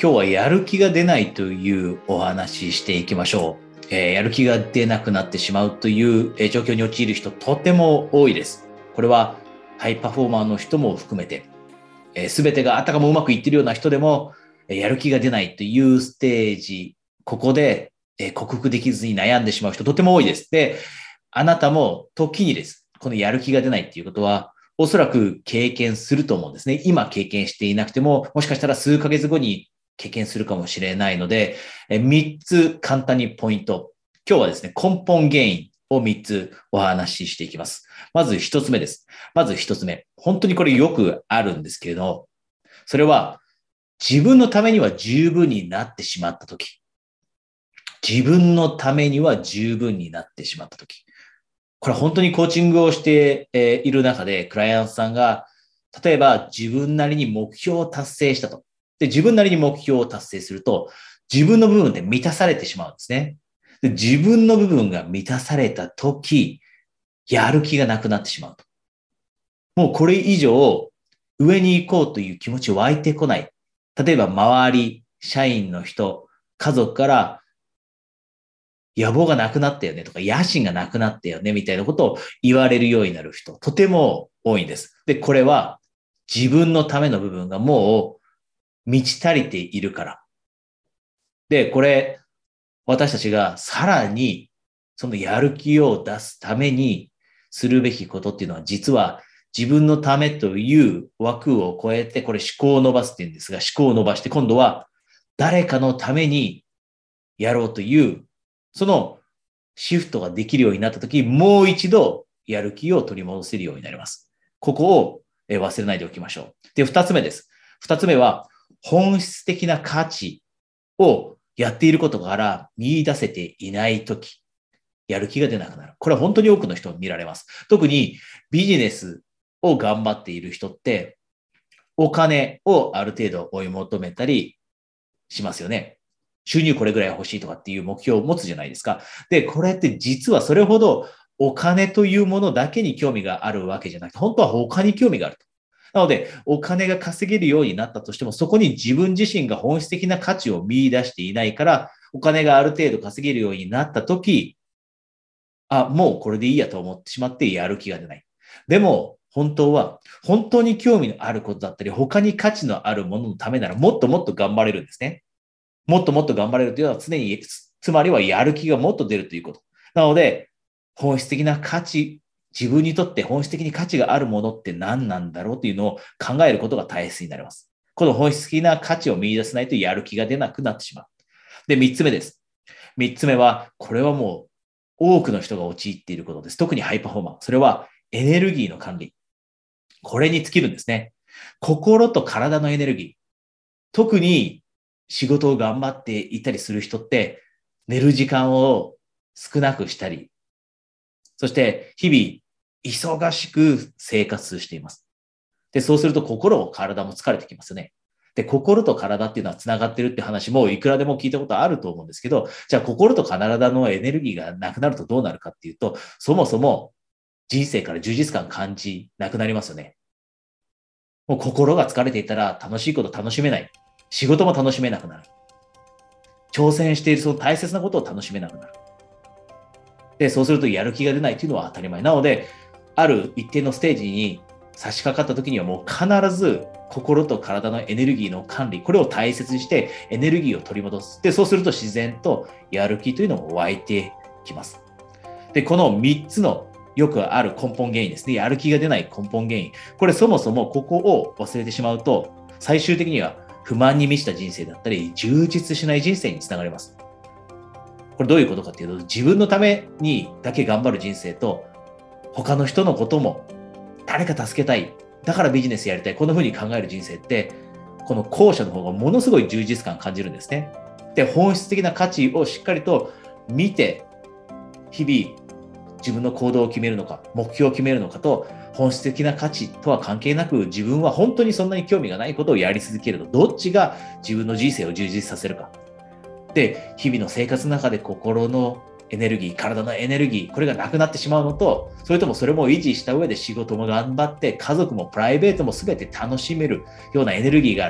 今日はやる気が出ないというお話ししていきましょう。やる気が出なくなってしまうという状況に陥る人とても多いです。これはハイパフォーマーの人も含めて、全てがあたかもうまくいっているような人でも、やる気が出ないというステージ、ここで、克服できずに悩んでしまう人とても多いです。で、あなたも時にです。このやる気が出ないっていうことは、おそらく経験すると思うんですね。今経験していなくても、もしかしたら数ヶ月後に経験するかもしれないので、3つ簡単にポイント。今日はですね、根本原因を3つお話ししていきます。まず1つ目です。まず1つ目。本当にこれよくあるんですけれど、それは自分のためには十分になってしまったとき。自分のためには十分になってしまったとき。これ本当にコーチングをしている中で、クライアントさんが、例えば自分なりに目標を達成したと。で、自分なりに目標を達成すると、自分の部分で満たされてしまうんですね。で、自分の部分が満たされたとき、やる気がなくなってしまうと。もうこれ以上、上に行こうという気持ち湧いてこない。例えば、周り、社員の人、家族から、野望がなくなったよねとか、野心がなくなったよねみたいなことを言われるようになる人、とても多いんです。で、これは自分のための部分がもう満ち足りているから。で、これ、私たちがさらにそのやる気を出すためにするべきことっていうのは、実は自分のためという枠を超えて、これ思考を伸ばすっていうんですが、思考を伸ばして今度は誰かのためにやろうというそのシフトができるようになったとき、もう一度やる気を取り戻せるようになります。ここを忘れないでおきましょう。で、二つ目です。二つ目は、本質的な価値をやっていることから見出せていないとき、やる気が出なくなる。これは本当に多くの人が見られます。特にビジネスを頑張っている人って、お金をある程度追い求めたりしますよね。収入これぐらい欲しいとかっていう目標を持つじゃないですか。で、これって実はそれほどお金というものだけに興味があるわけじゃなくて、本当は他に興味があると。なので、お金が稼げるようになったとしても、そこに自分自身が本質的な価値を見出していないから、お金がある程度稼げるようになったとき、もうこれでいいやと思ってしまってやる気が出ない。でも、本当は、本当に興味のあることだったり、他に価値のあるもののためなら、もっともっと頑張れるんですね。もっともっと頑張れるというのは常に、つまりはやる気がもっと出るということ。なので、本質的な価値、自分にとって本質的に価値があるものって何なんだろうというのを考えることが大切になります。この本質的な価値を見出せないとやる気が出なくなってしまう。で、三つ目です。三つ目は、これはもう多くの人が陥っていることです。特にハイパフォーマー。それはエネルギーの管理。これに尽きるんですね。心と体のエネルギー。特に仕事を頑張っていたりする人って、寝る時間を少なくしたり、そして日々忙しく生活しています。で、そうすると心も体も疲れてきますよね。で、心と体っていうのは繋がってるって話もいくらでも聞いたことあると思うんですけど、じゃあ心と体のエネルギーがなくなるとどうなるかっていうと、そもそも人生から充実感感じなくなりますよね。もう心が疲れていたら楽しいこと楽しめない。仕事も楽しめなくなる。挑戦しているその大切なことを楽しめなくなる。で、そうするとやる気が出ないというのは当たり前。なので、ある一定のステージに差し掛かった時にはもう必ず心と体のエネルギーの管理、これを大切にしてエネルギーを取り戻す。で、そうすると自然とやる気というのも湧いてきます。で、この3つのよくある根本原因ですね。やる気が出ない根本原因。これそもそもここを忘れてしまうと、最終的には不満に満ちた人生だったり、充実しない人生につながります。これどういうことかっていうと、自分のためにだけ頑張る人生と、他の人のことも誰か助けたい、だからビジネスやりたい、こんな風に考える人生って、この後者の方がものすごい充実感を感じるんですね。で、本質的な価値をしっかりと見て、日々自分の行動を決めるのか、目標を決めるのかと、本質的な価値とは関係なく、自分は本当にそんなに興味がないことをやり続けると、どっちが自分の人生を充実させるか。で、日々の生活の中で心のエネルギー、体のエネルギー、これがなくなってしまうのと、それともそれも維持した上で仕事も頑張って、家族もプライベートも全て楽しめるようなエネルギーがある。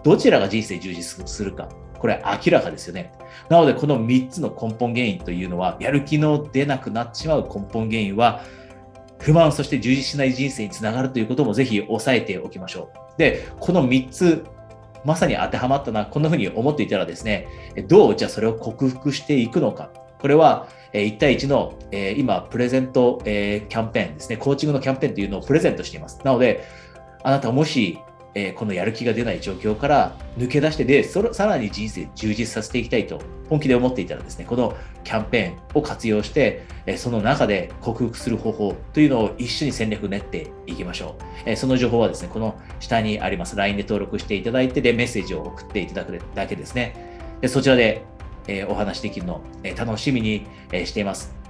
どちらが人生充実するか、これは明らかですよね。なので、この3つの根本原因というのは、やる気の出なくなってしまう根本原因は、不満、そして充実しない人生につながるということもぜひ押さえておきましょう。で、この3つ、まさに当てはまったな、こんな風に思っていたらですね、どうじゃあそれを克服していくのか。これは1対1の今、プレゼントキャンペーンですね、コーチングのキャンペーンというのをプレゼントしています。なので、あなたもしこのやる気が出ない状況から抜け出して、さらに人生充実させていきたいと本気で思っていたらですね、このキャンペーンを活用して、その中で克服する方法というのを一緒に戦略練っていきましょう。その情報はですね、この下にあります LINE で登録していただいて、で、メッセージを送っていただくだけですね。でそちらでお話できるのを楽しみにしています。